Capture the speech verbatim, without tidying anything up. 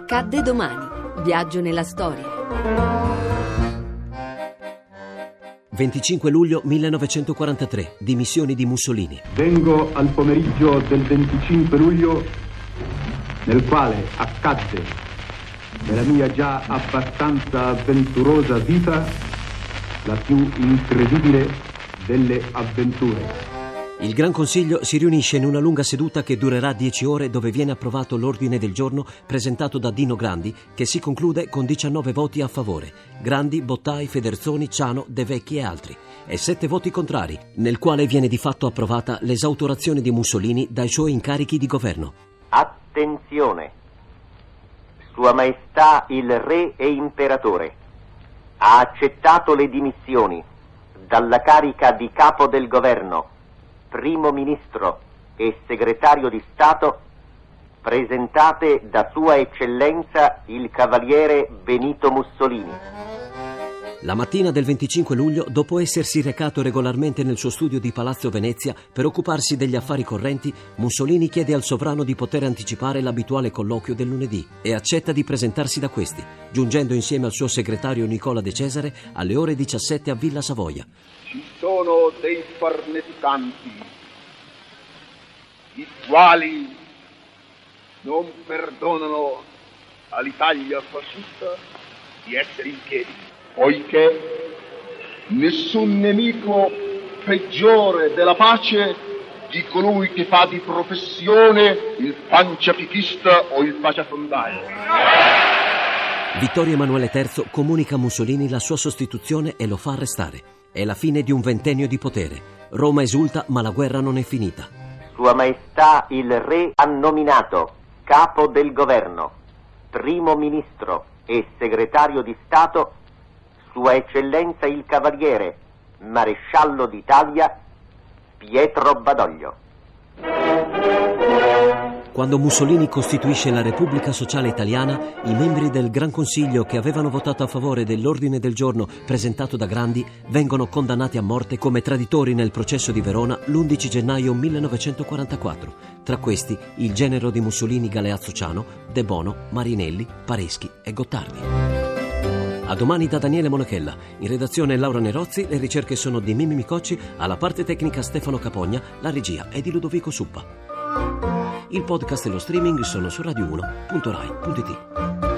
Accadde domani. Viaggio nella storia. venticinque luglio millenovecentoquarantatré. Dimissioni di Mussolini. Vengo al pomeriggio del venticinque luglio, nel quale accadde, nella mia già abbastanza avventurosa vita, la più incredibile delle avventure. Il Gran Consiglio si riunisce in una lunga seduta che durerà dieci ore, dove viene approvato l'ordine del giorno presentato da Dino Grandi, che si conclude con diciannove voti a favore: Grandi, Bottai, Federzoni, Ciano, De Vecchi e altri, e sette voti contrari, nel quale viene di fatto approvata l'esautorazione di Mussolini dai suoi incarichi di governo. Attenzione! Sua Maestà il Re e Imperatore ha accettato le dimissioni dalla carica di capo del governo, Primo Ministro e Segretario di Stato, presentate da Sua Eccellenza il Cavaliere Benito Mussolini. La mattina del venticinque luglio, dopo essersi recato regolarmente nel suo studio di Palazzo Venezia per occuparsi degli affari correnti, Mussolini chiede al sovrano di poter anticipare l'abituale colloquio del lunedì e accetta di presentarsi da questi, giungendo insieme al suo segretario Nicola De Cesare alle ore diciassette a Villa Savoia. Ci sono dei farneticanti, i quali non perdonano all'Italia fascista di essere in piedi, poiché nessun nemico peggiore della pace di colui che fa di professione il panciafitista o il paciafrondaio. Vittorio Emanuele terzo comunica a Mussolini la sua sostituzione e lo fa arrestare. È la fine di un ventennio di potere. Roma esulta, ma la guerra non è finita. Sua Maestà il Re ha nominato capo del governo, Primo Ministro e Segretario di Stato Sua Eccellenza il Cavaliere, Maresciallo d'Italia, Pietro Badoglio. Quando Mussolini costituisce la Repubblica Sociale Italiana, i membri del Gran Consiglio che avevano votato a favore dell'ordine del giorno presentato da Grandi vengono condannati a morte come traditori nel processo di Verona l'undici gennaio millenovecentoquarantaquattro. Tra questi il genero di Mussolini Galeazzo Ciano, De Bono, Marinelli, Pareschi e Gottardi. A domani da Daniele Monachella. In redazione Laura Nerozzi, le ricerche sono di Mimmi Micocci, alla parte tecnica Stefano Capogna, la regia è di Ludovico Suppa. Il podcast e lo streaming sono su radio uno punto rai punto it.